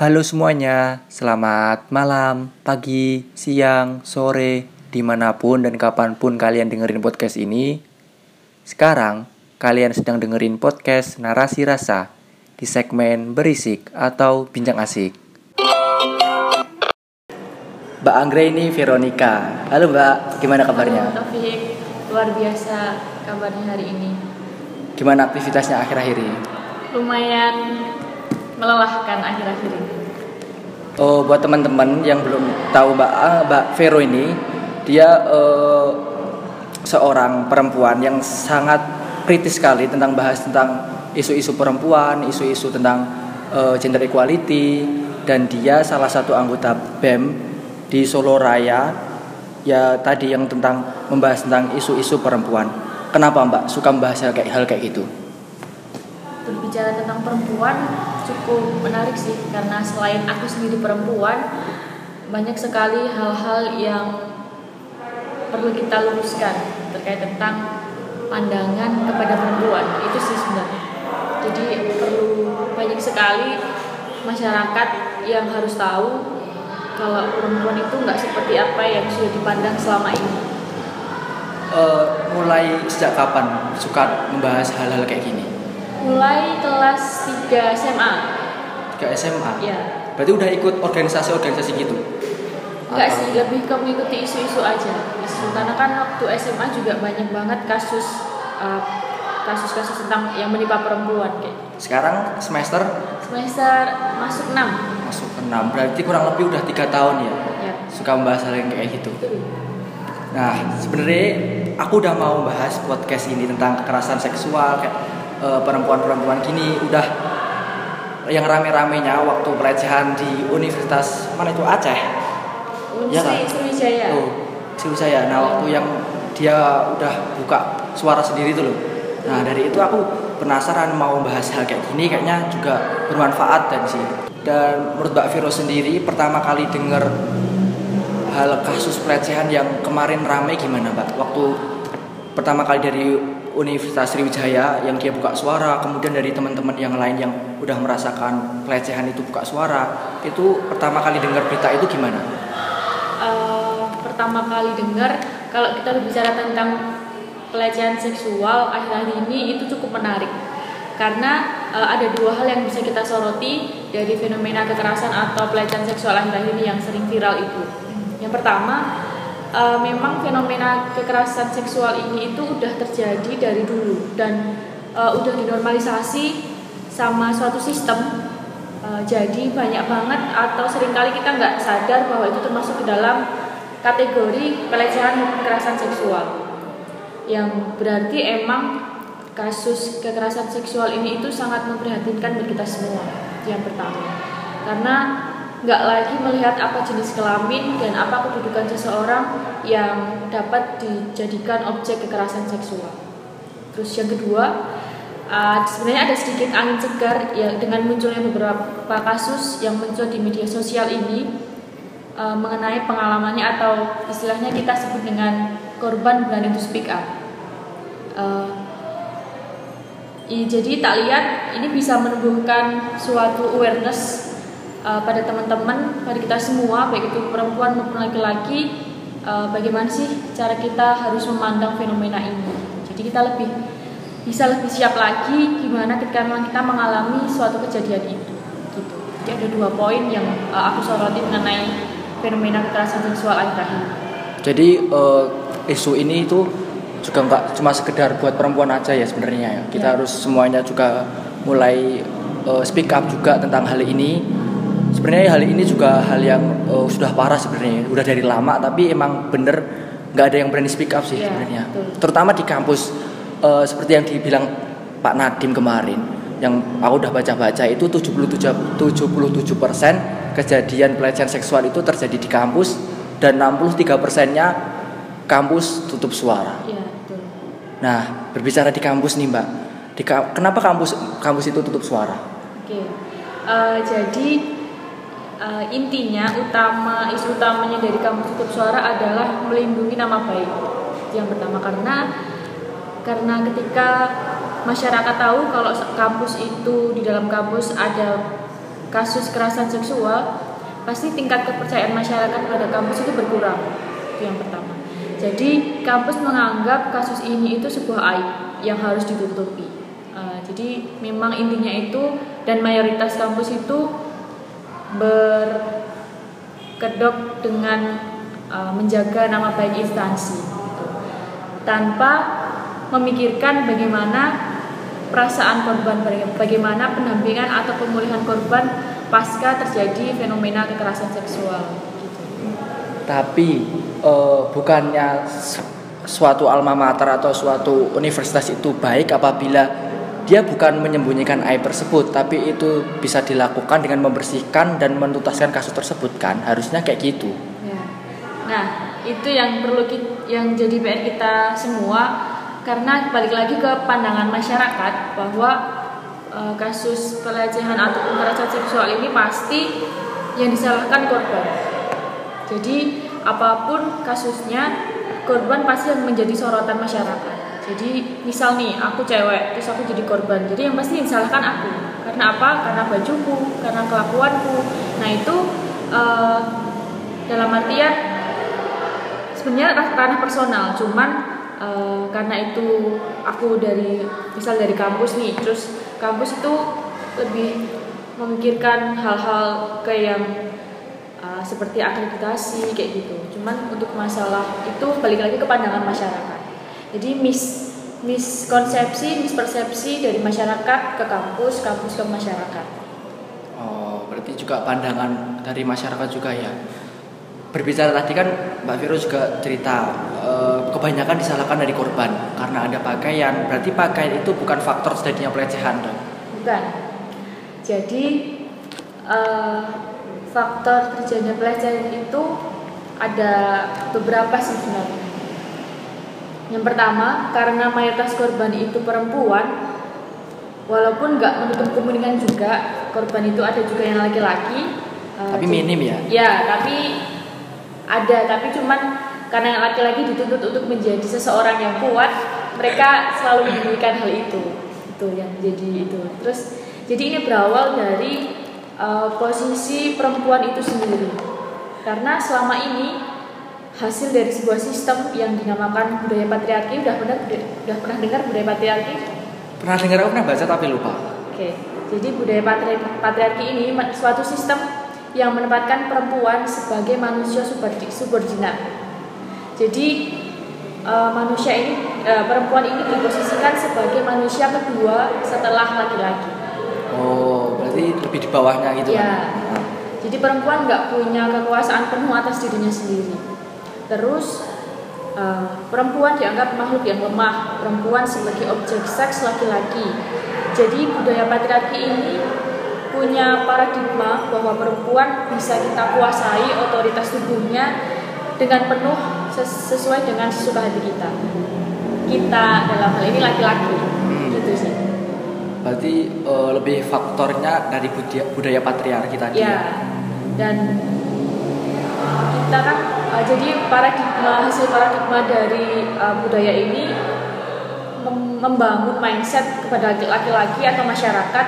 Halo semuanya, selamat malam, pagi, siang, sore, dimanapun dan kapanpun kalian dengerin podcast ini. Sekarang, kalian sedang dengerin podcast Narasi Rasa di segmen Berisik atau Bincang Asik. Mbak Anggreni Veronica. Halo Mbak, gimana kabarnya? Halo Taufik, luar biasa kabarnya hari ini. Gimana aktivitasnya akhir-akhir ini? Lumayan melelahkan akhir-akhir ini. Oh, buat teman-teman yang belum tahu Mbak Vero ini, dia seorang perempuan yang sangat kritis sekali tentang bahas tentang isu-isu perempuan, isu-isu tentang gender equality, dan dia salah satu anggota BEM di Solo Raya. Ya tadi yang tentang membahas tentang isu-isu perempuan. Kenapa Mbak suka membahas hal kayak gitu? Berbicara tentang perempuan cukup menarik sih, karena selain aku sendiri perempuan, banyak sekali hal-hal yang perlu kita luruskan terkait tentang pandangan kepada perempuan. Itu sih sebenarnya. Jadi perlu banyak sekali masyarakat yang harus tahu kalau perempuan itu nggak seperti apa yang sudah dipandang selama ini. Mulai sejak kapan suka membahas hal-hal kayak gini? Mulai kelas 3 SMA. Ke SMA? Ya. Berarti udah ikut organisasi-organisasi gitu? Enggak sih, lebih ke mengikuti isu-isu aja. Karena kan waktu SMA juga banyak banget kasus-kasus tentang yang menimpa perempuan kayak. Sekarang semester Masuk 6. Masuk ke 6, berarti kurang lebih udah 3 tahun ya? Ya. Suka membahas hal yang kayak gitu. Nah, sebenarnya aku udah mau bahas podcast ini tentang kekerasan seksual kayak perempuan-perempuan gini udah yang rame-ramenya waktu pelecehan di Universitas mana itu Aceh? Ya kan? Sriwijaya. Sriwijaya. Nah, waktu yang dia udah buka suara sendiri tuh loh. Nah, dari itu aku penasaran mau bahas hal kayak gini, kayaknya juga bermanfaat dan sih. Dan menurut Mbak Viro sendiri pertama kali dengar hal kasus pelecehan yang kemarin rame gimana Mbak? Waktu pertama kali dari Universitas Sriwijaya yang dia buka suara, kemudian dari teman-teman yang lain yang udah merasakan pelecehan itu buka suara, itu pertama kali dengar berita itu gimana? Pertama kali dengar, kalau kita berbicara tentang pelecehan seksual akhir-akhir ini itu cukup menarik, karena ada dua hal yang bisa kita soroti dari fenomena kekerasan atau pelecehan seksual akhir-akhir ini yang sering viral itu. Yang pertama, memang fenomena kekerasan seksual ini itu udah terjadi dari dulu dan udah dinormalisasi sama suatu sistem. Jadi banyak banget atau seringkali kita nggak sadar bahwa itu termasuk ke dalam kategori pelecehan maupun kekerasan seksual. Yang berarti emang kasus kekerasan seksual ini itu sangat memprihatinkan bagi kita semua. Yang pertama, karena nggak lagi melihat apa jenis kelamin dan apa kedudukan seseorang yang dapat dijadikan objek kekerasan seksual. Terus yang kedua, sebenarnya ada sedikit angin segar ya dengan munculnya beberapa kasus yang muncul di media sosial ini mengenai pengalamannya atau istilahnya kita sebut dengan korban berani to speak up. Jadi tak lihat ini bisa menumbuhkan suatu awareness pada teman-teman, pada kita semua, baik itu perempuan maupun laki-laki, bagaimana sih cara kita harus memandang fenomena ini. Jadi kita bisa lebih siap lagi gimana ketika memang kita mengalami suatu kejadian itu. Gitu. Jadi ada 2 poin yang aku soroti mengenai fenomena kekerasan seksual akhir-akhir. Jadi isu ini itu juga nggak cuma sekedar buat perempuan aja ya sebenarnya ya. Kita harus semuanya juga mulai speak up juga tentang hal ini. Sebenarnya hal ini juga hal yang sudah parah sebenarnya, udah dari lama, tapi emang bener nggak ada yang berani speak up sih sebenarnya. Terutama di kampus seperti yang dibilang Pak Nadiem kemarin, yang aku udah baca-baca itu 77% kejadian pelecehan seksual itu terjadi di kampus dan 63%-nya kampus tutup suara. Iya, betul. Nah, berbicara di kampus nih Mbak, kenapa kampus itu tutup suara? Oke. Jadi intinya isu utamanya dari kampus tutup suara adalah melindungi nama baik. Yang pertama, karena ketika masyarakat tahu kalau kampus itu di dalam kampus ada kasus kekerasan seksual, pasti tingkat kepercayaan masyarakat pada kampus itu berkurang. Itu yang pertama. Jadi kampus menganggap kasus ini itu sebuah aib yang harus ditutupi. Jadi memang intinya itu, dan mayoritas kampus itu berkedok dengan menjaga nama baik instansi, gitu, tanpa memikirkan bagaimana perasaan korban, bagaimana pendampingan atau pemulihan korban pasca terjadi fenomena kekerasan seksual. Gitu. Tapi bukannya suatu alma mater atau suatu universitas itu baik apabila dia bukan menyembunyikan aib tersebut, tapi itu bisa dilakukan dengan membersihkan dan menuntaskan kasus tersebut, kan? Harusnya kayak gitu. Ya. Nah, itu yang perlu yang jadi PR kita semua, karena balik lagi ke pandangan masyarakat bahwa kasus pelecehan atau kekerasan seksual ini pasti yang disalahkan korban. Jadi apapun kasusnya, korban pasti yang menjadi sorotan masyarakat. Jadi misal nih, aku cewek terus aku jadi korban, jadi yang pasti yang disalahkan aku. Karena apa? Karena bajuku, karena kelakuanku. Nah itu dalam artian sebenarnya ranah personal, cuman karena itu aku dari kampus nih, terus kampus itu lebih memikirkan hal-hal kayak yang seperti akreditasi kayak gitu. Cuman untuk masalah itu balik lagi ke pandangan masyarakat. Jadi mispersepsi dari masyarakat ke kampus ke masyarakat. Oh, berarti juga pandangan dari masyarakat juga ya. Berbicara tadi kan Mbak Viro juga cerita kebanyakan disalahkan dari korban karena ada pakaian. Berarti pakaian itu bukan faktor terjadinya pelecehan, dong? Bukan. Jadi faktor terjadinya pelecehan itu ada beberapa sih sebenarnya. Yang pertama, karena mayoritas korban itu perempuan, walaupun nggak menutup kemungkinan juga korban itu ada juga yang laki-laki. Tapi minim ya? Ya, tapi ada, tapi cuman karena yang laki-laki dituntut untuk menjadi seseorang yang kuat, mereka selalu menyembunyikan hal itu. Itu yang jadi itu. Terus, jadi ini berawal dari posisi perempuan itu sendiri. Karena selama ini hasil dari sebuah sistem yang dinamakan budaya patriarki. Udah pernah dengar budaya patriarki? Pernah dengar, aku pernah baca tapi lupa. Oke. Jadi budaya patriarki ini suatu sistem yang menempatkan perempuan sebagai manusia subordinat. Jadi manusia ini perempuan ini diposisikan sebagai manusia kedua setelah laki-laki. Oh, berarti lebih di bawahnya gitu ya, kan? Jadi perempuan nggak punya kekuasaan penuh atas dirinya sendiri. Terus perempuan dianggap makhluk yang lemah, perempuan sebagai objek seks laki-laki. Jadi budaya patriarki ini punya paradigma bahwa perempuan bisa kita kuasai otoritas tubuhnya dengan penuh sesuai dengan sesuka hati kita. Kita dalam hal ini laki-laki, gitu sih. Berarti lebih faktornya dari budaya patriarki tadi. Ya, dan kita kan jadi hasil paradigma dari budaya ini membangun mindset kepada laki-laki atau masyarakat.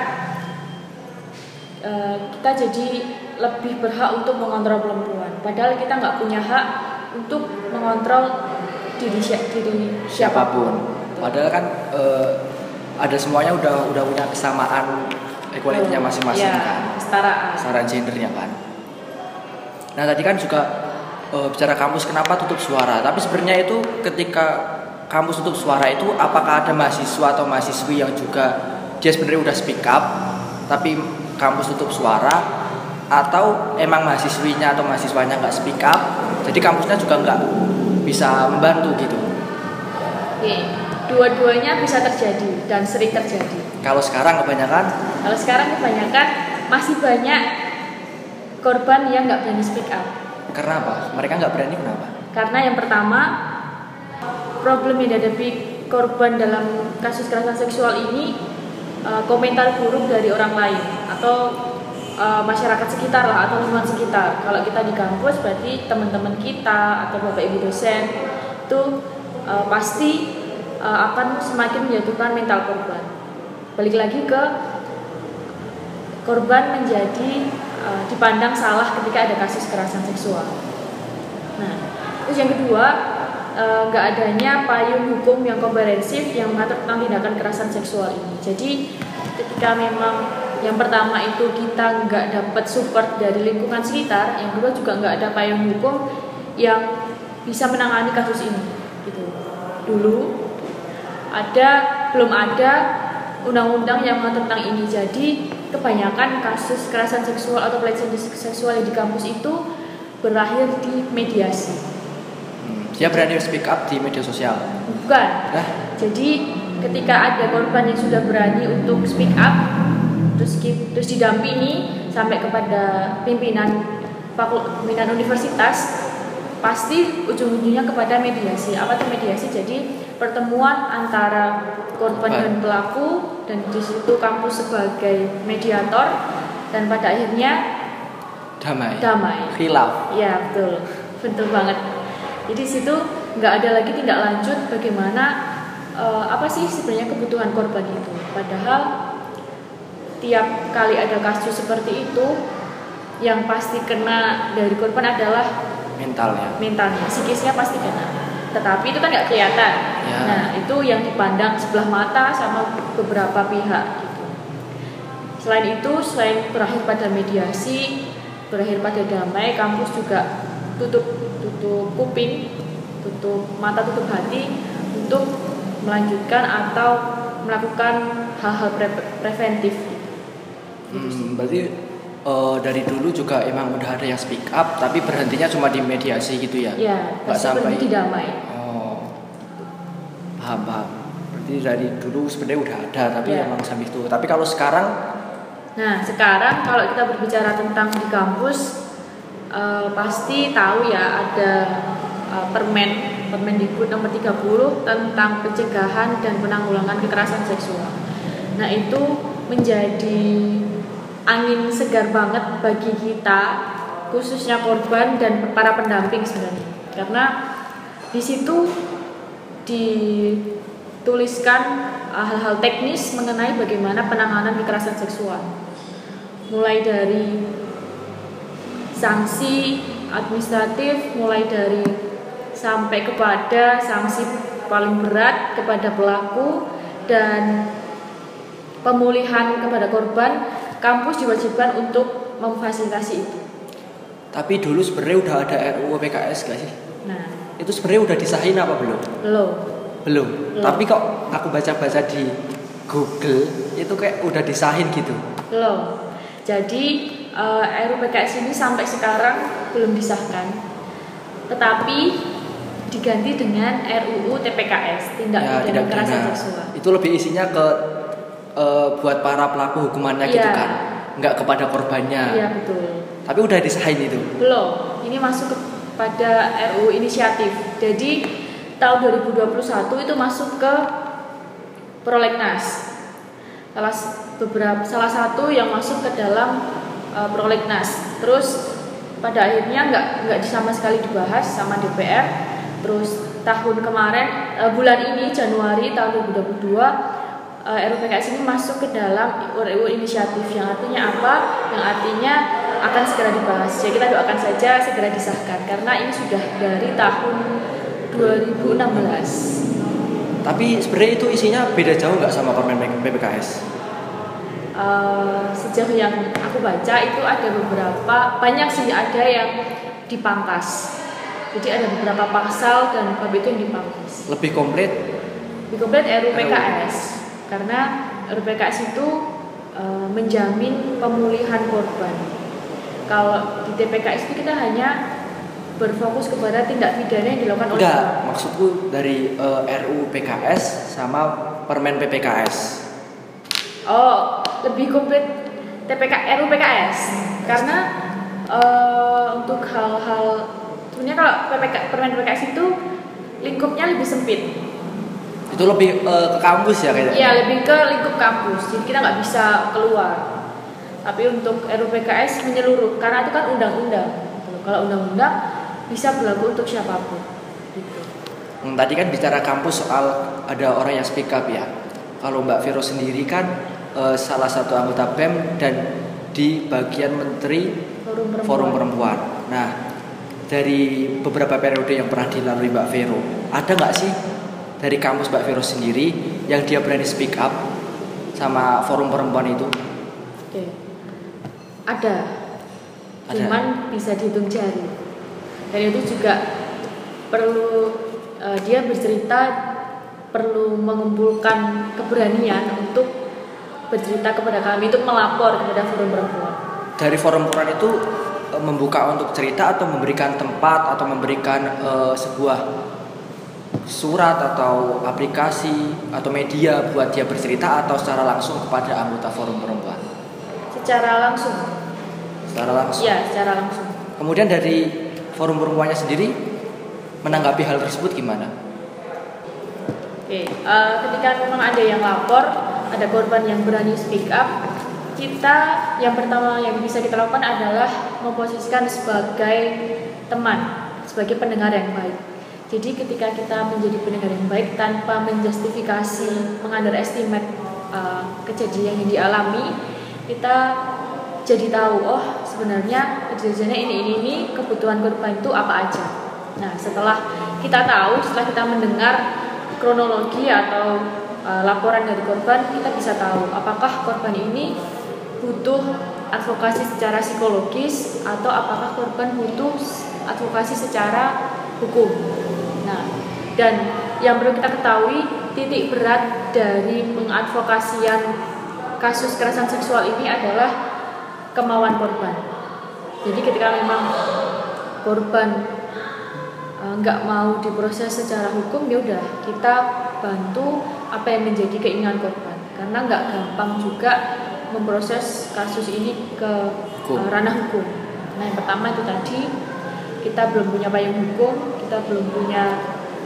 Kita jadi lebih berhak untuk mengontrol perempuan, padahal kita nggak punya hak untuk mengontrol diri siapapun. Padahal kan ada semuanya udah punya kesamaan equality-nya masing-masing, kan, kesetaraan gendernya kan. Nah tadi kan juga bicara kampus kenapa tutup suara, tapi sebenarnya itu ketika kampus tutup suara itu apakah ada mahasiswa atau mahasiswi yang juga dia sebenarnya udah speak up tapi kampus tutup suara, atau emang mahasiswinya atau mahasiswanya nggak speak up jadi kampusnya juga nggak bisa membantu gitu? Oke, dua-duanya bisa terjadi dan sering terjadi. Kalau sekarang kebanyakan masih banyak korban yang nggak berani speak up. Karena apa? Mereka nggak berani, kenapa? Karena yang pertama, problem yang dihadapi korban dalam kasus kekerasan seksual ini komentar buruk dari orang lain atau masyarakat sekitar lah, atau lingkungan sekitar. Kalau kita di kampus berarti teman-teman kita atau bapak ibu dosen itu pasti akan semakin menjatuhkan mental korban. Balik lagi ke korban menjadi dipandang salah ketika ada kasus kekerasan seksual. Nah, terus yang kedua, nggak adanya payung hukum yang komprehensif yang mengatur tentang tindakan kekerasan seksual ini. Jadi ketika memang yang pertama itu kita nggak dapat support dari lingkungan sekitar, yang kedua juga nggak ada payung hukum yang bisa menangani kasus ini. Gitu. Dulu belum ada undang-undang yang mengatur tentang ini. Jadi kebanyakan kasus kekerasan seksual atau pelecehan seksual di kampus itu berakhir di mediasi. Dia berani speak up di media sosial? Bukan. Jadi ketika ada korban yang sudah berani untuk speak up, terus didampingi sampai kepada pimpinan universitas, pasti ujung-ujungnya kepada mediasi. Apa itu mediasi? Jadi pertemuan antara korban dan pelaku, dan di situ kampus sebagai mediator, dan pada akhirnya damai. Khilaf. Ya betul banget. Jadi di situ nggak ada lagi tindak lanjut bagaimana apa sih sebenarnya kebutuhan korban itu. Padahal tiap kali ada kasus seperti itu, yang pasti kena dari korban adalah mentalnya, psikisnya pasti kena. Tetapi itu kan nggak kelihatan. Ya. Nah, itu yang dipandang sebelah mata sama beberapa pihak gitu. Selain berakhir pada mediasi, berakhir pada damai, kampus juga tutup kuping, tutup mata, tutup hati untuk melanjutkan atau melakukan hal-hal preventif. Berarti dari dulu juga emang udah ada yang speak up, tapi berhentinya cuma di mediasi gitu ya? Iya, nggak sampai di damai. Paham. Berarti dari dulu sebenarnya udah ada, tapi emang sampai itu. Tapi kalau sekarang? Nah, sekarang kalau kita berbicara tentang di kampus, pasti tahu ya ada Permendikbud nomor 30 tentang pencegahan dan penanggulangan kekerasan seksual. Nah, itu menjadi angin segar banget bagi kita, khususnya korban dan para pendamping sebenarnya. Karena di situ dituliskan hal-hal teknis mengenai bagaimana penanganan kekerasan seksual. Mulai dari sanksi administratif, mulai dari sampai kepada sanksi paling berat kepada pelaku dan pemulihan kepada korban. Kampus diwajibkan untuk memfasilitasi itu. Tapi dulu sebenarnya udah ada RUU PKS gak sih? Nah, itu sebenarnya udah disahin apa belum? Belum. Tapi kok aku baca-baca di Google itu kayak udah disahin gitu. Belum. Jadi RUU PKS ini sampai sekarang belum disahkan. Tetapi diganti dengan RUU TPKS, tindak pidana kekerasan seksual. Itu lebih isinya ke buat para pelaku hukumannya gitu kan, nggak kepada korbannya. Iya betul. Tapi udah disahin itu? Belum. Ini masuk kepada RUU inisiatif. Jadi tahun 2021 itu masuk ke prolegnas. Salah satu yang masuk ke dalam prolegnas. Terus pada akhirnya nggak sama sekali dibahas sama DPR. Terus tahun kemarin bulan ini Januari tahun 2022 RUU PKS ini masuk ke dalam RUU inisiatif, yang artinya apa? Yang artinya akan segera dibahas. Jadi kita doakan saja segera disahkan karena ini sudah dari tahun 2016. Tapi sebenarnya itu isinya beda jauh nggak sama Permen PPKS? Sejauh yang aku baca itu ada banyak sih, ada yang dipangkas. Jadi ada beberapa pasal dan bab itu yang dipangkas. Lebih komplit RUU PKS. Karena RUU PKS itu menjamin pemulihan korban. Kalau di TPKS itu kita hanya berfokus kepada tindak pidana yang dilakukan oleh. Enggak, maksudku dari RUU PKS sama Permen PPKS. Oh, lebih komplit RUU PKS. Karena untuk hal-hal sebenarnya kalau Permen PPKS itu lingkupnya lebih sempit. Itu lebih ke kampus ya kayaknya? Iya, lebih ke lingkup kampus. Jadi kita nggak bisa keluar. Tapi untuk RUU PKS menyeluruh, karena itu kan undang-undang. Kalau undang-undang bisa berlaku untuk siapapun. Gitu. Tadi kan bicara kampus soal ada orang yang speak up ya. Kalau Mbak Vero sendiri kan salah satu anggota BEM dan di bagian Menteri Forum Perempuan. Nah, dari beberapa periode yang pernah dilalui Mbak Vero, ada nggak sih dari kampus Mbak Vero sendiri yang dia berani speak up sama forum perempuan itu? Oke. Ada. Cuman bisa dihitung jari. Dan itu juga perlu dia bercerita, perlu mengumpulkan keberanian untuk bercerita kepada kami, untuk melapor kepada forum perempuan. Dari forum perempuan itu membuka untuk cerita atau memberikan tempat atau memberikan sebuah surat atau aplikasi atau media buat dia bercerita, atau secara langsung kepada anggota forum perempuan? Secara langsung. Secara langsung. Ya, secara langsung. Kemudian dari forum perempuannya sendiri menanggapi hal tersebut gimana? Oke, ketika memang ada yang lapor, ada korban yang berani speak up, kita yang pertama yang bisa kita lakukan adalah memposisikan sebagai teman, sebagai pendengar yang baik. Jadi ketika kita menjadi pendengar yang baik tanpa menjustifikasi, mengunderestimate kejadian yang dialami, kita jadi tahu, oh sebenarnya kejadiannya ini kebutuhan korban itu apa aja. Nah, setelah kita tahu, setelah kita mendengar kronologi atau laporan dari korban, kita bisa tahu apakah korban ini butuh advokasi secara psikologis atau apakah korban butuh advokasi secara hukum. Nah, dan yang perlu kita ketahui, titik berat dari pengadvokasian kasus kekerasan seksual ini adalah kemauan korban. Jadi ketika memang korban nggak mau diproses secara hukum, ya udah kita bantu apa yang menjadi keinginan korban, karena nggak gampang juga memproses kasus ini ke ranah hukum. Nah, yang pertama itu tadi, kita belum punya payung hukum, kita belum punya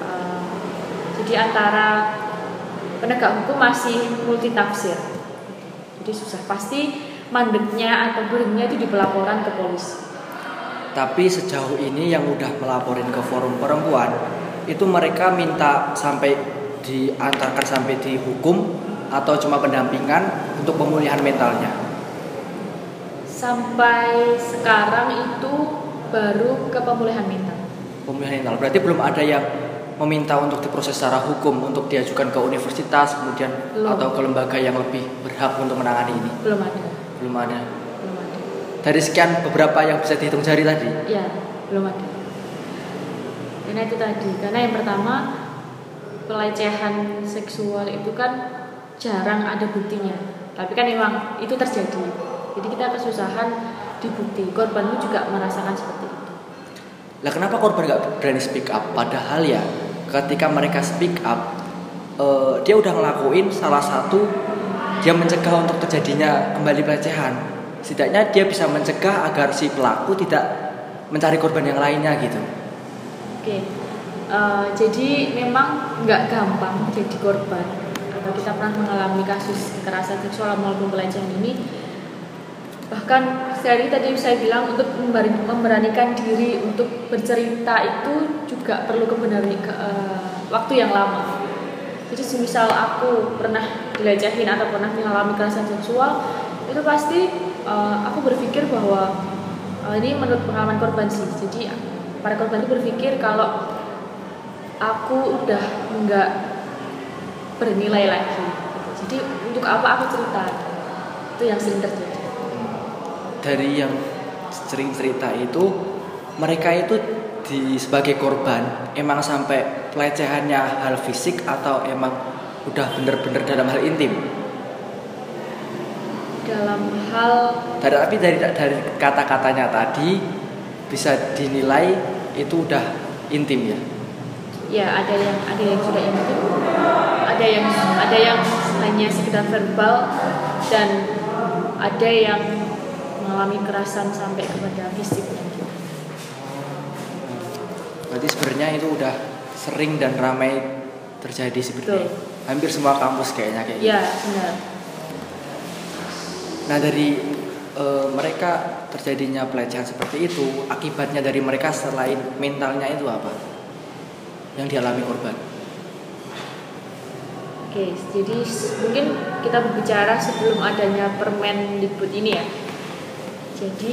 jadi antara penegak hukum masih multitafsir, jadi susah, pasti mandeknya atau berhentinya itu di pelaporan ke polisi. Tapi sejauh ini yang udah melaporin ke forum perempuan itu mereka minta sampai diantarkan sampai dihukum atau cuma pendampingan untuk pemulihan mentalnya? Sampai sekarang itu baru ke pemulihan mental. Pemulihan mental, berarti belum ada yang meminta untuk diproses secara hukum, untuk diajukan ke universitas kemudian belum. Atau ke lembaga yang lebih berhak untuk menangani ini? Belum ada. Belum ada. Dari sekian beberapa yang bisa dihitung jari tadi? Ya, belum ada. Karena itu tadi, karena yang pertama, pelecehan seksual itu kan jarang ada buktinya, tapi kan memang itu terjadi. Jadi kita kesusahan di bukti. Korban juga merasakan seperti itu. Lah kenapa korban nggak berani speak up? Padahal ya ketika mereka speak up, dia udah ngelakuin salah satu, dia mencegah untuk terjadinya kembali pelecehan. Setidaknya dia bisa mencegah agar si pelaku tidak mencari korban yang lainnya gitu. Oke, jadi memang nggak gampang jadi korban. Atau kita pernah mengalami kasus kekerasan seksual maupun pelecehan ini, bahkan tadi saya bilang untuk memberanikan diri untuk bercerita itu juga perlu waktu yang lama. Jadi semisal aku pernah dilecehin atau pernah mengalami kekerasan seksual, itu pasti aku berpikir bahwa ini menurut pengalaman korban sih. Jadi para korban itu berpikir kalau aku udah nggak bernilai lagi. Jadi untuk apa aku cerita? Itu yang sering terjadi. Dari yang sering cerita itu, mereka itu sebagai korban emang sampai pelecehannya hal fisik atau emang udah bener-bener dalam hal intim? Dalam hal dari kata-katanya tadi bisa dinilai itu udah intim ya? Ya, ada yang sudah intim, ada yang hanya sekedar verbal, dan ada yang mengalami kekerasan sampai kepada fisik. Berarti sebenarnya itu udah sering dan ramai terjadi sebenarnya. Hampir semua kampus kayaknya kayak gitu. Ya, benar. Nah, dari mereka terjadinya pelecehan seperti itu, akibatnya dari mereka selain mentalnya itu apa yang dialami korban? Oke, jadi mungkin kita berbicara sebelum adanya Permendikbud ini ya. Jadi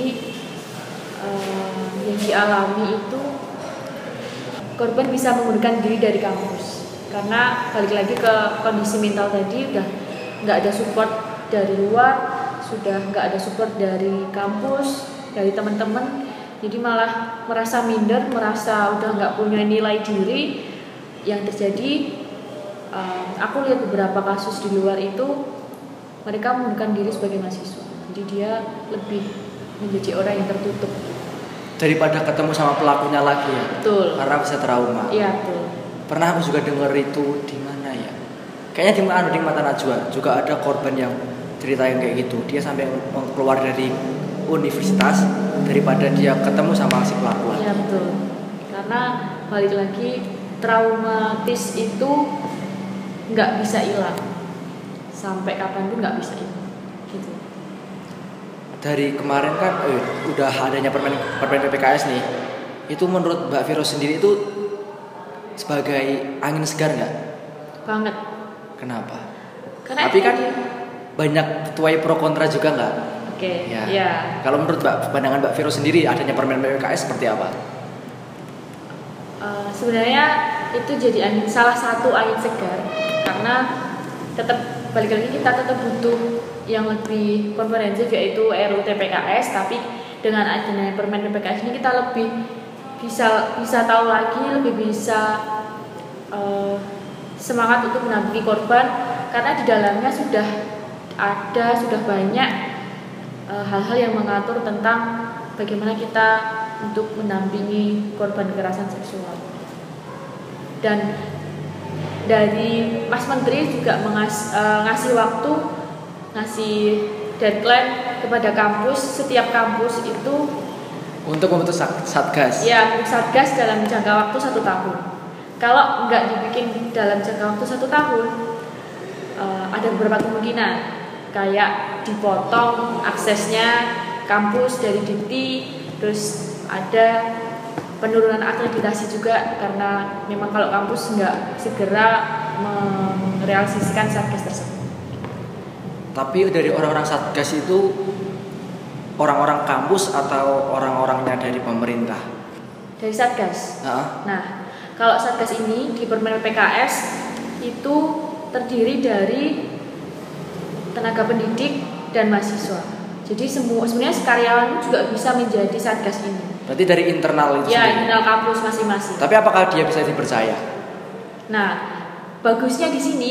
yang dialami itu korban bisa mengundurkan diri dari kampus karena balik lagi ke kondisi mental tadi, udah nggak ada support dari luar, sudah nggak ada support dari kampus, dari teman-teman, jadi malah merasa minder, merasa udah nggak punya nilai diri. Yang terjadi, aku lihat beberapa kasus di luar itu mereka mengundurkan diri sebagai mahasiswa, jadi dia lebih menjadi orang yang tertutup daripada ketemu sama pelakunya lagi ya. Betul. Karena bisa trauma. Iya betul. Pernah aku juga dengar itu di mana ya? Kayaknya di Mata Najwa juga ada korban yang cerita yang kayak gitu. Dia sampai keluar dari universitas daripada dia ketemu sama si pelaku. Iya betul. Karena balik lagi, traumatis itu nggak bisa hilang. Sampai kapanpun nggak bisa hilang. Gitu. Dari kemarin kan udah adanya permen PPKS nih. Itu menurut Mbak Viro sendiri itu sebagai angin segar nggak? Banget. Kenapa? Karena tapi kan banyak tuai pro kontra juga nggak? Oke. Ya. Ya. Kalau menurut pandangan Mbak Viro sendiri adanya permen PPKS seperti apa? Sebenarnya itu jadi salah satu angin segar karena tetap balik lagi kita tetap butuh yang lebih komprehensif yaitu RUU TPKS, tapi dengan adanya permen PPKS ini kita lebih bisa tahu lagi, lebih bisa semangat untuk mendampingi korban karena di dalamnya sudah banyak hal-hal yang mengatur tentang bagaimana kita untuk mendampingi korban kekerasan seksual. Dan dari Mas Menteri juga ngasih waktu, ngasih deadline kepada kampus, setiap kampus itu untuk membentuk satgas. Ya, untuk satgas dalam jangka waktu 1 tahun. Kalau nggak dibikin dalam jangka waktu 1 tahun, ada beberapa kemungkinan, kayak dipotong aksesnya kampus dari Dikti, terus ada penurunan akreditasi juga karena memang kalau kampus nggak segera merealisasikan satgas tersebut. Tapi dari orang-orang satgas itu orang-orang kampus atau orang-orangnya dari pemerintah? Dari satgas. Nah, kalau satgas ini di Permen PKS itu terdiri dari tenaga pendidik dan mahasiswa. Jadi sebenarnya karyawan juga bisa menjadi satgas ini. Berarti dari internal itu? Ya, internal kampus masing-masing. Tapi apakah dia bisa dipercaya? Nah, bagusnya di sini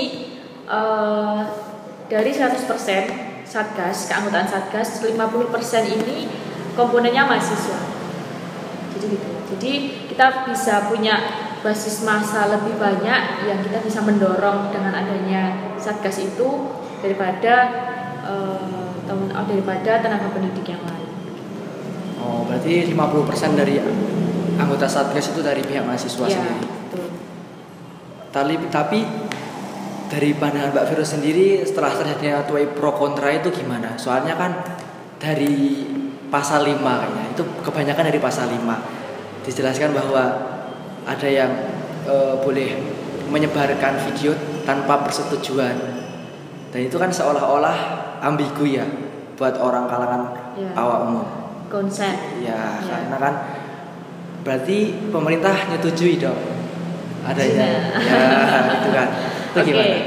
dari 100% satgas, keanggotaan satgas, 50% ini komponennya mahasiswa. Jadi gitu. Jadi kita bisa punya basis massa lebih banyak yang kita bisa mendorong dengan adanya satgas itu daripada tenaga pendidik yang lain. Oh, berarti 50% dari anggota satgas itu dari pihak mahasiswa sendiri. Betul. Tapi dari pandangan Mbak Viro sendiri setelah terjadinya tuai pro kontra itu gimana? Soalnya kan dari pasal 5 kayaknya, itu kebanyakan dari pasal 5 dijelaskan bahwa ada yang boleh menyebarkan video tanpa persetujuan, dan itu kan seolah-olah ambigu ya buat orang kalangan awam umum. Konsen. Ya, karena kan berarti pemerintah nyetujui dong adanya. Ya, gitu kan. Itu gimana?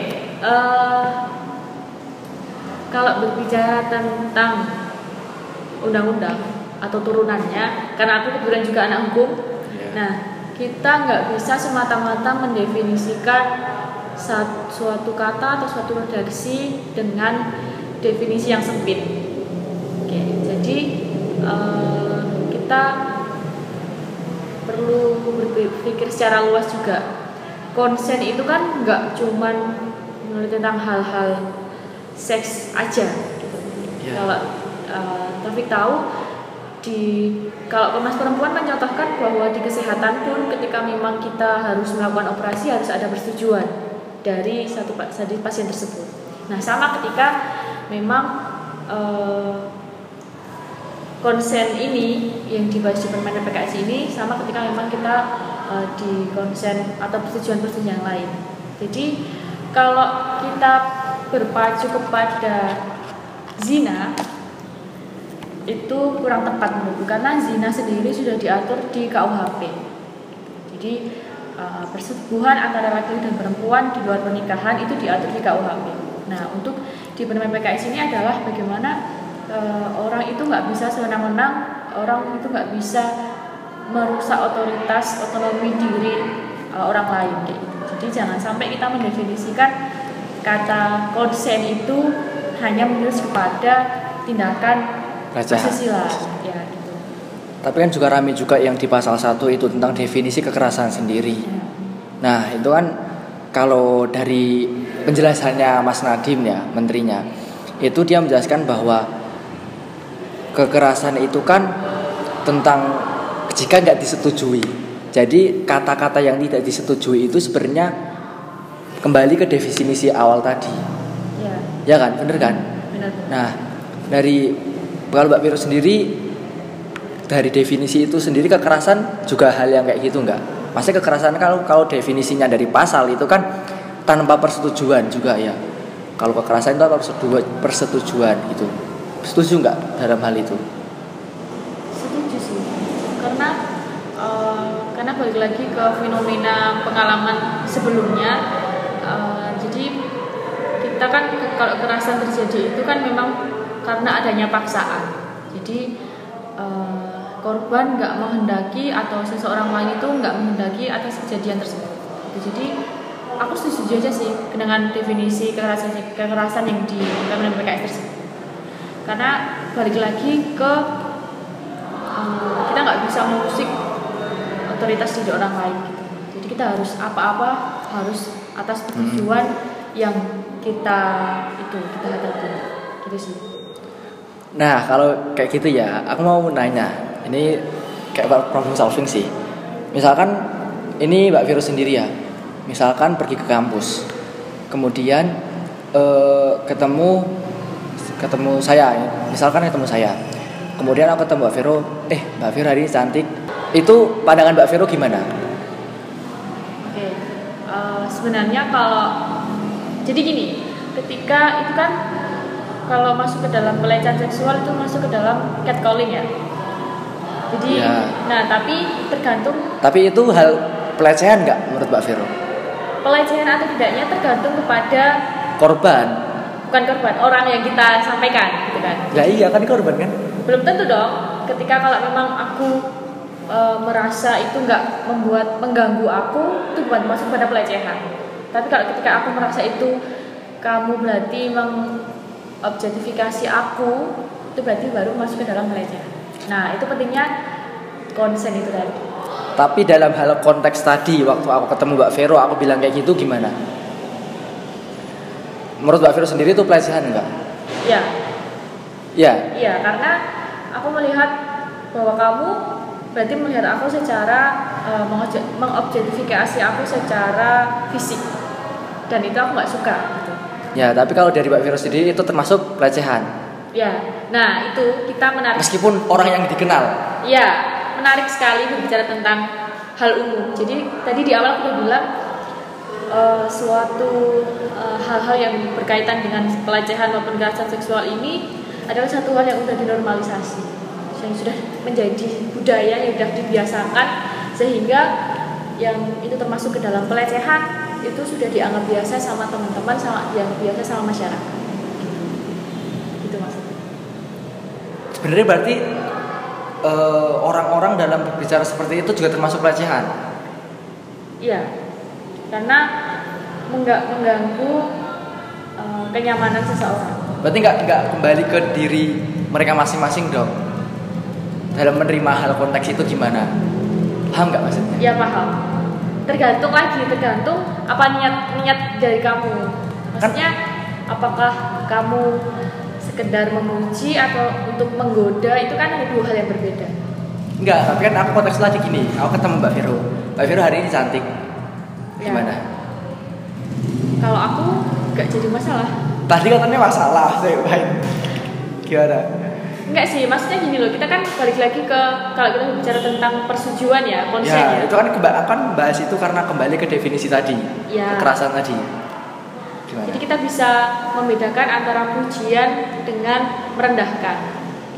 Kalau berbicara tentang undang-undang atau turunannya, karena aku kebetulan juga anak hukum. Nah, kita nggak bisa semata-mata mendefinisikan suatu kata atau suatu redaksi dengan definisi yang sempit. Oke, jadi kita perlu berpikir secara luas juga. Konsen itu kan nggak cuman menurut tentang hal-hal seks aja gitu. Kalau Taufik tahu, kalau Komnas Perempuan mencontohkan bahwa di kesehatan pun ketika memang kita harus melakukan operasi harus ada persetujuan dari pasien tersebut. Nah, sama ketika memang konsen ini yang dibahas di Permen PPKS ini sama ketika memang kita di konsen atau persetujuan yang lain. Jadi kalau kita berpacu kepada zina, itu kurang tepat menurutku, karena zina sendiri sudah diatur di KUHP. Jadi persetubuhan antara laki-laki dan perempuan di luar pernikahan itu diatur di KUHP. Nah, untuk di Pedoman PKS ini adalah bagaimana orang itu nggak bisa sewenang-wenang, orang itu nggak bisa merusak otoritas, otonomi diri orang lain kayak gitu. Jadi jangan sampai kita mendefinisikan kata konsen itu hanya menulis kepada tindakan asusila ya gitu. Tapi kan juga ramai juga yang di pasal 1 itu tentang definisi kekerasan sendiri. Nah, itu kan kalau dari penjelasannya Mas Nadiem ya, menterinya, itu dia menjelaskan bahwa kekerasan itu kan tentang jika nggak disetujui. Jadi kata-kata yang tidak disetujui itu sebenarnya kembali ke definisi awal tadi. Ya kan, bener kan? Benar. Nah, dari kalau Mbak Vero sendiri, dari definisi itu sendiri kekerasan juga hal yang kayak gitu nggak? Maksudnya kekerasan kalau definisinya dari pasal itu kan tanpa persetujuan juga ya. Kalau kekerasan itu apa persetujuan gitu. Setuju nggak dalam hal itu? Setuju sih. Karena balik lagi ke fenomena pengalaman sebelumnya. Jadi kita kan kalau kekerasan terjadi itu kan memang karena adanya paksaan. Jadi korban nggak menghendaki atau seseorang lain itu nggak menghendaki atas kejadian tersebut. Jadi aku setuju aja sih dengan definisi kekerasan yang di Undang-Undang PKS tersebut. Karena balik lagi ke kita nggak bisa mengusik otoritas diri orang lain gitu. Jadi kita harus apa-apa harus atas persetujuan yang kita hadapi gitu sih. Nah, kalau kayak gitu ya, aku mau nanya. Ini kayak problem solving sih. Misalkan ini Mbak Vero sendiri ya. Misalkan pergi ke kampus, kemudian ketemu saya. Misalkan ketemu saya. Kemudian aku ketemu Mbak Vero, Mbak Vero hari ini cantik. Itu pandangan Mbak Vero gimana? Oke, sebenarnya kalau jadi gini, ketika itu kan kalau masuk ke dalam pelecehan seksual itu masuk ke dalam catcalling ya. Jadi, nah tapi tergantung. Tapi itu hal pelecehan nggak menurut Mbak Vero? Pelecehan atau tidaknya tergantung kepada korban. Bukan korban, orang yang kita sampaikan, gitu kan? Ya iya kan korban kan? Belum tentu dong. Ketika kalau memang aku merasa itu nggak mengganggu aku, itu bukan masuk pada pelecehan. Tapi kalau ketika aku merasa itu kamu berarti mengobjektifikasi aku, itu berarti baru masuk ke dalam pelecehan. Nah, itu pentingnya konsen itu tadi. Tapi dalam hal konteks tadi, waktu aku ketemu Mbak Vero, aku bilang kayak gitu gimana? Menurut Mbak Vero sendiri itu pelecehan enggak? Iya. Iya. Iya, karena aku melihat bahwa kamu berarti melihat aku secara mengobjektifikasi aku secara fisik, dan itu aku nggak suka gitu. Ya, tapi kalau dari Mbak Vero sendiri itu termasuk pelecehan. Ya, nah itu kita menarik. Meskipun orang yang dikenal. Ya, menarik sekali berbicara tentang hal umum. Jadi tadi di awal aku udah bilang suatu hal-hal yang berkaitan dengan pelecehan maupun kekerasan seksual ini adalah satu hal yang sudah dinormalisasi, yang sudah menjadi budaya yang sudah dibiasakan, sehingga yang itu termasuk ke dalam pelecehan itu sudah dianggap biasa sama teman-teman, dianggap biasa sama masyarakat. Gitu maksudnya. Sebenarnya berarti orang-orang dalam berbicara seperti itu juga termasuk pelecehan. Iya, karena mengganggu kenyamanan seseorang. Berarti nggak kembali ke diri mereka masing-masing dong. Dalam menerima hal konteks itu gimana? Paham nggak maksudnya? Ya paham. Tergantung apa niat dari kamu. Maksudnya apakah kamu sekedar memuji atau untuk menggoda, itu kan ada dua hal yang berbeda. Enggak, tapi kan aku konteks lagi gini. Aku ketemu Mbak Vero. Mbak Vero hari ini cantik. Gimana? Ya. Kalau aku nggak jadi masalah. Tadi katanya masalah, saya baik. Gimana? Enggak sih, maksudnya gini loh, kita kan balik lagi ke kalau kita bicara tentang persetujuan ya, konsen ya. Itu kan akan bahas itu karena kembali ke definisi tadi, kekerasan tadi. Gimana? Jadi kita bisa membedakan antara pujian dengan merendahkan, gitu loh. Kita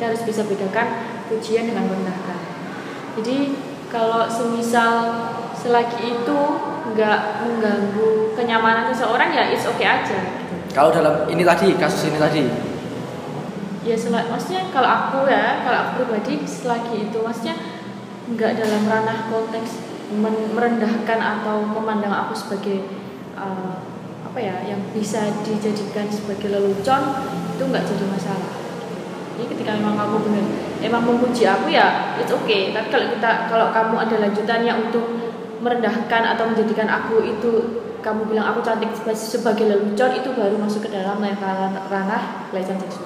kita harus bisa bedakan pujian dengan merendahkan. Jadi kalau semisal selagi itu nggak mengganggu kenyamanan seseorang ya it's okay aja gitu. Kalau dalam ini tadi, kasus ini tadi, Ya maksudnya kalau aku pribadi selagi itu maksudnya nggak dalam ranah konteks merendahkan atau memandang aku sebagai yang bisa dijadikan sebagai lelucon, itu nggak jadi masalah. Jadi ketika memang kamu benar emang memuji aku ya it's okay. Tapi kalau kamu ada lanjutannya untuk merendahkan atau menjadikan aku itu, kamu bilang aku cantik sebagai lelucon, itu baru masuk ke dalam ranah pelecehan seksual.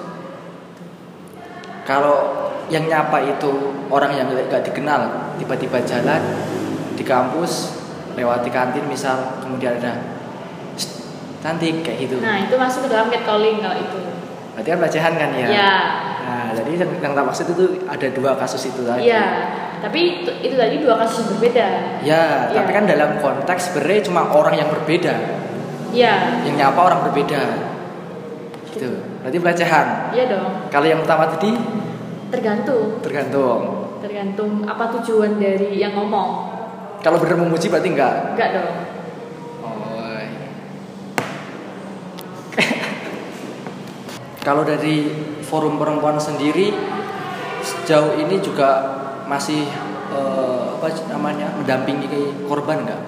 kalau yang nyapa itu orang yang gak dikenal, tiba-tiba jalan di kampus, lewati kantin misal, kemudian ada cantik kayak gitu. Nah itu masuk ke dalam catcalling kalau itu. Berarti kan pelecehan kan ya? Ya. Nah jadi yang tak maksud itu ada 2 kasus itu tadi. Iya. Tapi itu tadi 2 kasus yang berbeda. Ya, tapi kan dalam konteks sebenarnya cuma orang yang berbeda. Iya. Yang nyapa orang berbeda. Gitu. Berarti pelecehan. Iya dong. Kalau yang pertama tadi tergantung apa tujuan dari yang ngomong. Kalau benar memuji berarti enggak dong. Kalau dari forum perempuan sendiri sejauh ini juga masih mendampingi korban enggak?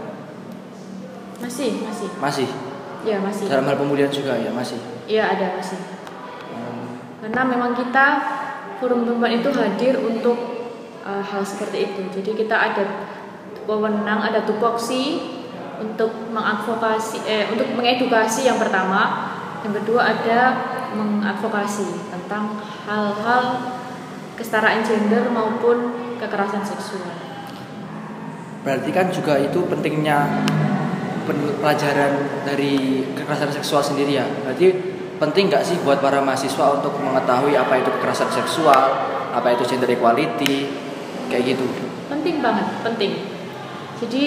Masih. Ya masih. Dalam hal pemulihan juga ya masih. Iya ada masih. Karena memang kita forum perempuan itu hadir untuk hal seperti itu. Jadi kita ada wewenang, ada tupoksi untuk untuk mengedukasi yang pertama. Yang kedua ada mengadvokasi tentang hal-hal kesetaraan gender maupun kekerasan seksual. Berarti kan juga itu pentingnya pelajaran dari kekerasan seksual sendiri ya. Berarti penting nggak sih buat para mahasiswa untuk mengetahui apa itu kekerasan seksual, apa itu gender equality, kayak gitu? Penting banget, penting. Jadi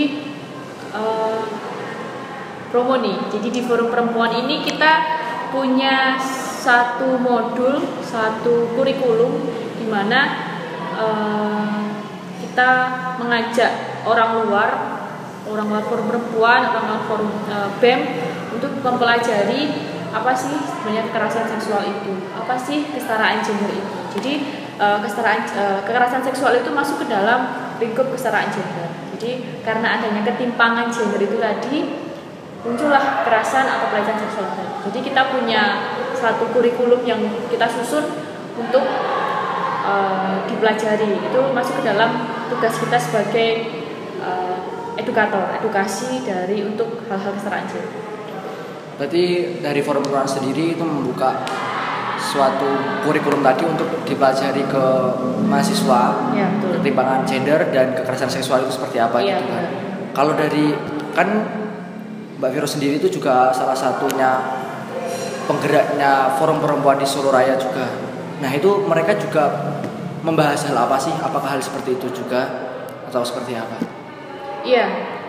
promo nih. Jadi di forum perempuan ini kita punya satu modul, satu kurikulum di mana kita mengajak orang luar forum perempuan, orang luar forum BEM untuk mempelajari apa sih sebenarnya kekerasan seksual itu, apa sih kesetaraan gender itu. Jadi kekerasan seksual itu masuk ke dalam lingkup kesetaraan gender. Jadi karena adanya ketimpangan gender itu tadi, muncullah kekerasan atau pelecehan seksual tadi. Jadi kita punya satu kurikulum yang kita susun untuk dipelajari. Itu masuk ke dalam tugas kita sebagai edukasi untuk hal-hal kesetaraan gender. Berarti dari forum perempuan sendiri itu membuka suatu kurikulum tadi untuk dipelajari ke mahasiswa, ya, betul. Ketimpangan gender dan kekerasan seksual itu seperti apa ya, gitu kan. Kalau dari kan Mbak Viro sendiri itu juga salah satunya penggeraknya forum perempuan di Solo Raya juga. Nah itu mereka juga membahas hal apa sih? Apakah hal seperti itu juga atau seperti apa? Iya.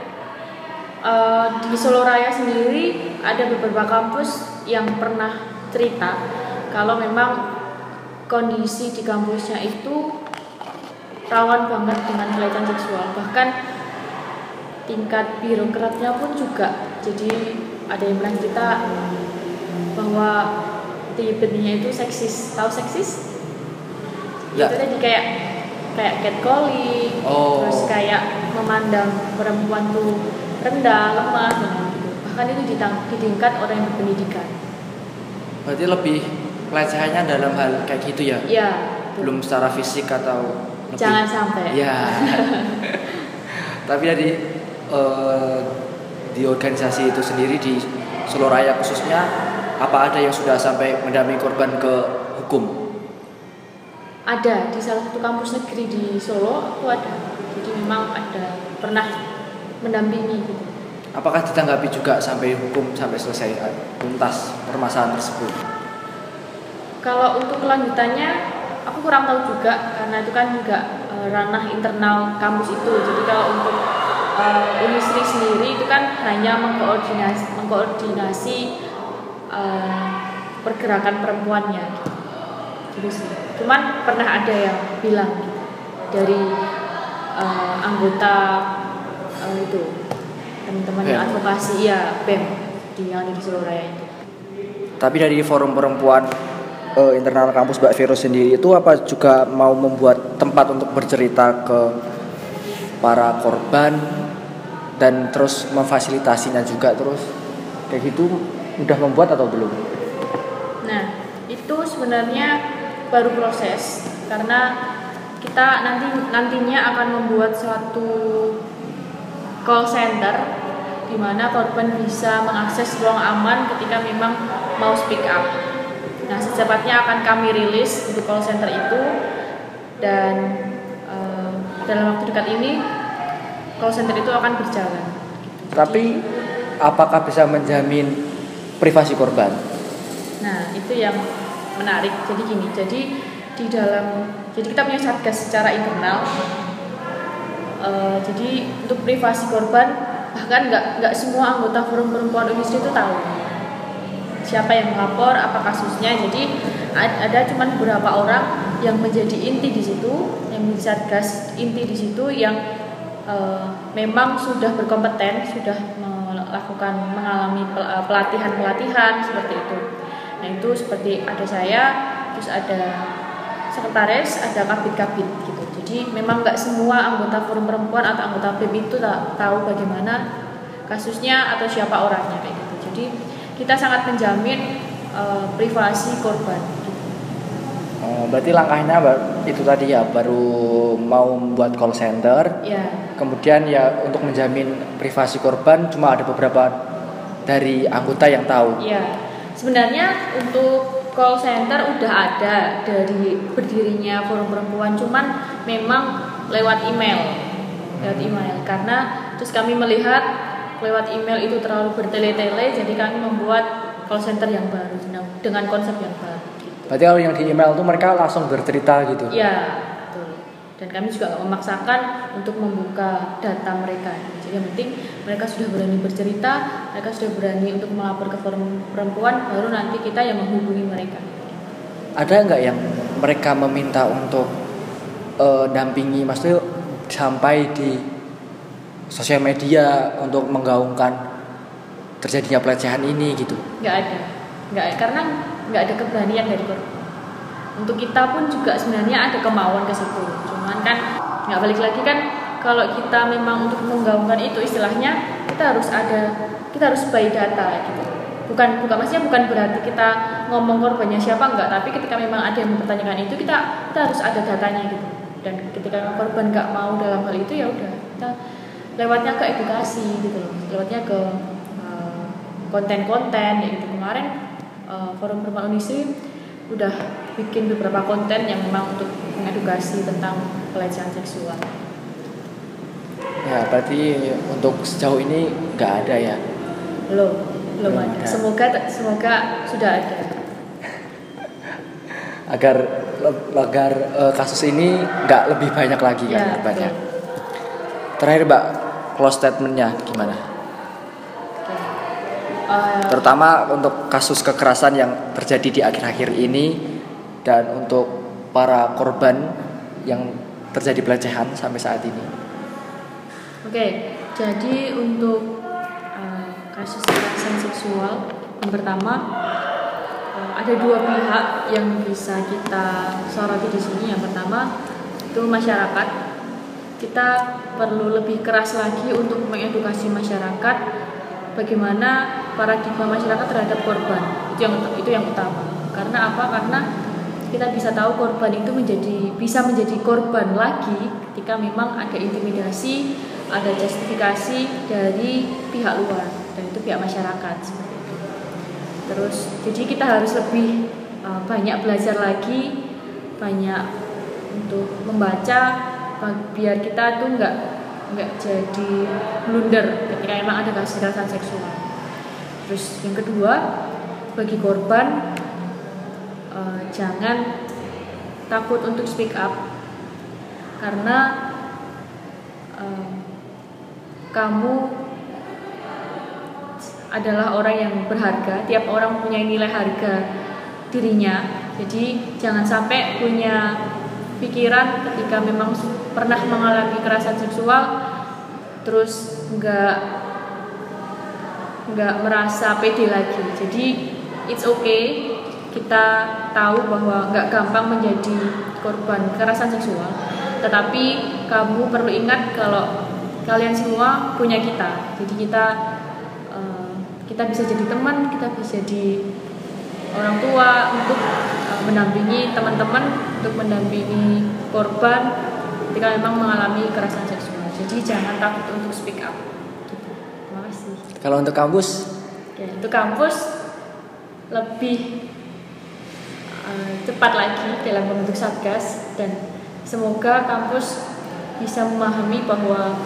Di Solo Raya sendiri ada beberapa kampus yang pernah cerita kalau memang kondisi di kampusnya itu rawan banget dengan pelecehan seksual. Bahkan tingkat birokratnya pun juga. Jadi ada yang bilang cerita bahwa tipe-tipenya itu seksis. Tahu seksis? Ya. Itu tadi kayak catcalling, terus kayak memandang perempuan tuh rendah, lemah, gitu. Bahkan itu di tingkat orang yang berpendidikan. Berarti lebih pelecehannya dalam hal kayak gitu ya? Iya. Belum secara fisik atau lebih. Jangan sampai. Ya. Tapi di organisasi itu sendiri di Solo Raya khususnya, apa ada yang sudah sampai mendampingi korban ke hukum? Ada di salah satu kampus negeri di Solo itu ada. Jadi memang ada pernah mendampingi gitu. Apakah ditanggapi juga sampai hukum sampai selesai tuntas permasalahan tersebut? Kalau untuk kelanjutannya aku kurang tahu juga karena itu kan juga ranah internal kampus itu. Jadi kalau untuk Unisri sendiri itu kan hanya mengkoordinasi pergerakan perempuannya. gitu sih. Cuman pernah ada yang bilang gitu, dari anggota itu teman-teman yang advokasi ya BEM yang ada di Solo Raya itu. Tapi dari forum perempuan internal kampus Mbak Vero sendiri itu apa juga mau membuat tempat untuk bercerita ke para korban dan terus memfasilitasinya juga, terus kayak gitu udah membuat atau belum? Nah, itu sebenarnya baru proses karena kita nantinya akan membuat suatu call center di mana korban bisa mengakses ruang aman ketika memang mau speak up. Nah, secepatnya akan kami rilis untuk call center itu, dan dalam waktu dekat ini call center itu akan berjalan. Tapi apakah bisa menjamin privasi korban? Nah, itu yang menarik. Jadi gini, jadi kita punya satgas secara internal. Jadi untuk privasi korban bahkan nggak semua anggota forum perempuan Unisri itu tahu siapa yang melapor, apa kasusnya. Jadi ada cuman beberapa orang yang menjadi inti di situ, yang menjadi satgas inti di situ, yang memang sudah berkompeten, sudah mengalami pelatihan seperti itu. Nah, itu seperti ada saya, terus ada sekretaris, ada kabit gitu. Jadi memang nggak semua anggota forum perempuan atau anggota BEM itu tahu bagaimana kasusnya atau siapa orangnya kayak gitu. Jadi kita sangat menjamin privasi korban. Gitu. Berarti langkahnya itu tadi ya, baru mau membuat call center. Ya. Kemudian ya untuk menjamin privasi korban cuma ada beberapa dari anggota yang tahu. Ya. Sebenarnya untuk call center udah ada dari berdirinya forum perempuan, cuman memang lewat email. Karena terus kami melihat lewat email itu terlalu bertele-tele, jadi kami membuat call center yang baru dengan konsep yang baru. Gitu. Berarti kalau yang di email itu mereka langsung bercerita gitu? Iya, betul. Dan kami juga memaksakan untuk membuka data mereka. Jadi yang penting mereka sudah berani bercerita, mereka sudah berani untuk melapor ke forum perempuan, baru nanti kita yang menghubungi mereka. Ada nggak yang mereka meminta untuk dampingi, maksudnya sampai di sosial media untuk menggaungkan terjadinya pelecehan ini gitu? Nggak ada, karena nggak ada keberanian dari korban. Untuk kita pun juga sebenarnya ada kemauan ke situ, cuman kan nggak balik lagi kan, kalau kita memang untuk menggaungkan itu istilahnya kita harus by data gitu. Bukan maksudnya bukan berarti kita ngomong korbannya siapa, enggak, tapi ketika memang ada yang mempertanyakan itu kita harus ada datanya gitu. Dan ketika korban nggak mau dalam hal itu, ya udah kita lewatnya ke edukasi gitu loh, lewatnya ke konten-konten ya gitu. Kemarin forum perempuan Unisri udah bikin beberapa konten yang memang untuk mengedukasi tentang pelecehan seksual. Ya, berarti untuk sejauh ini nggak ada ya? Belum ada. Semoga sudah ada. Agar kasus ini nggak lebih banyak lagi kan, ya, banyak. Terakhir Mbak, close statementnya gimana? Terutama untuk kasus kekerasan yang terjadi di akhir-akhir ini dan untuk para korban yang terjadi pelecehan sampai saat ini. Oke, jadi untuk kasus kekerasan seksual yang pertama, ada dua pihak yang bisa kita soroti di sini. Yang pertama itu masyarakat. Kita perlu lebih keras lagi untuk mengedukasi masyarakat bagaimana paradigma masyarakat terhadap korban. Itu yang utama. Karena apa? Karena kita bisa tahu korban itu bisa menjadi korban lagi ketika memang ada intimidasi, ada justifikasi dari pihak luar, dan itu pihak masyarakat seperti itu. Terus jadi kita harus lebih banyak belajar lagi, banyak untuk membaca biar kita tuh nggak jadi blunder ketika memang ada kasus kekerasan seksual. Terus yang kedua, bagi korban jangan takut untuk speak up, karena kamu adalah orang yang berharga. Tiap orang punya nilai harga dirinya, Jadi jangan sampai punya pikiran ketika memang pernah mengalami kekerasan seksual terus nggak merasa pede lagi. Jadi it's okay, kita tahu bahwa nggak gampang menjadi korban kekerasan seksual, tetapi kamu perlu ingat kalau kalian semua punya kita. Jadi kita bisa jadi teman, kita bisa jadi orang tua untuk mendampingi teman-teman, untuk mendampingi korban ketika memang mengalami kekerasan seksual. Jadi jangan takut untuk speak up. Terima kasih. Kalau untuk kampus? Oke, untuk kampus lebih cepat lagi dalam membentuk satgas, dan semoga kampus bisa memahami bahwa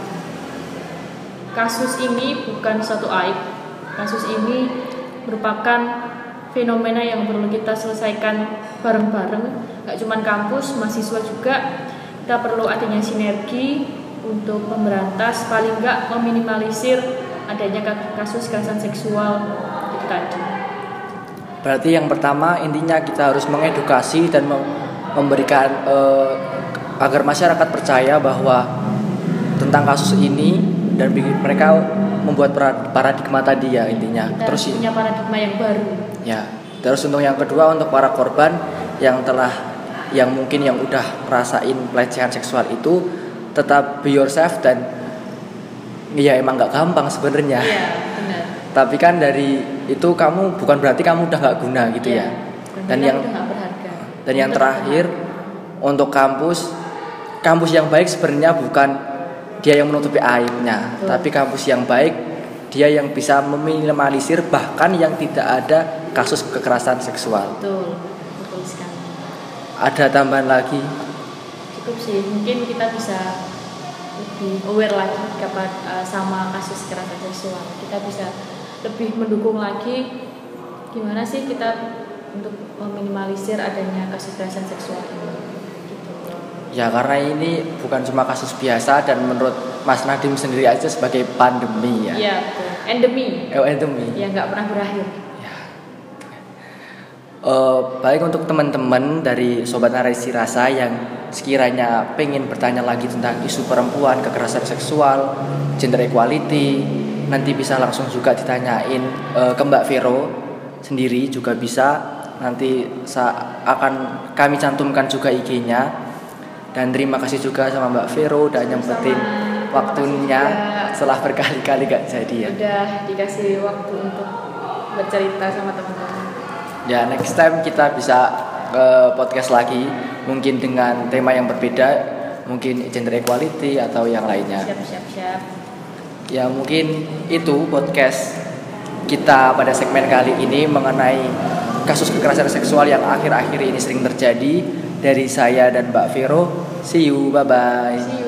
kasus ini bukan suatu aib. Kasus ini merupakan fenomena yang perlu kita selesaikan bareng-bareng. Gak cuma kampus, mahasiswa juga. Kita perlu adanya sinergi untuk memberantas, paling gak meminimalisir adanya kasus kekerasan seksual itu tadi. Berarti yang pertama intinya kita harus mengedukasi dan memberikan agar masyarakat percaya bahwa tentang kasus ini, dan mereka membuat paradigma tadi ya intinya. Kita terus punya paradigma yang baru. Ya. Terus untuk yang kedua, untuk para korban yang mungkin yang udah merasain pelecehan seksual itu, tetap be yourself, dan ya emang nggak gampang sebenarnya. Iya, benar. Tapi kan dari itu kamu bukan berarti kamu udah nggak guna gitu ya. Dan yang udah gak berharga. Dan yang terakhir untuk kampus yang baik sebenarnya bukan dia yang menutupi aibnya, tapi kampus yang baik dia yang bisa meminimalisir bahkan yang tidak ada kasus kekerasan seksual. Betul sekali. Ada tambahan lagi? Cukup sih, mungkin kita bisa lebih aware lagi sama kasus kekerasan seksual. Kita bisa lebih mendukung lagi gimana sih kita untuk meminimalisir adanya kasus kekerasan seksual ini. Ya karena ini bukan cuma kasus biasa, dan menurut Mas Nadim sendiri aja sebagai pandemi ya. Iya betul. Endemi. Ya nggak pernah berakhir. Ya. Baik untuk teman-teman dari Sobat Narasi Rasa yang sekiranya pengen bertanya lagi tentang isu perempuan, kekerasan seksual, gender equality, nanti bisa langsung juga ditanyain ke Mbak Vero sendiri juga bisa. Nanti akan kami cantumkan juga IG-nya. Dan terima kasih juga sama Mbak Vero udah nyempetin waktunya setelah berkali-kali gak jadi ya. Udah dikasih waktu untuk bercerita sama teman-teman. Ya next time kita bisa podcast lagi, mungkin dengan tema yang berbeda, mungkin gender equality atau yang lainnya. Siap. Ya mungkin itu podcast kita pada segmen kali ini mengenai kasus kekerasan seksual yang akhir-akhir ini sering terjadi. Dari saya dan Mbak Vero, see you, bye-bye.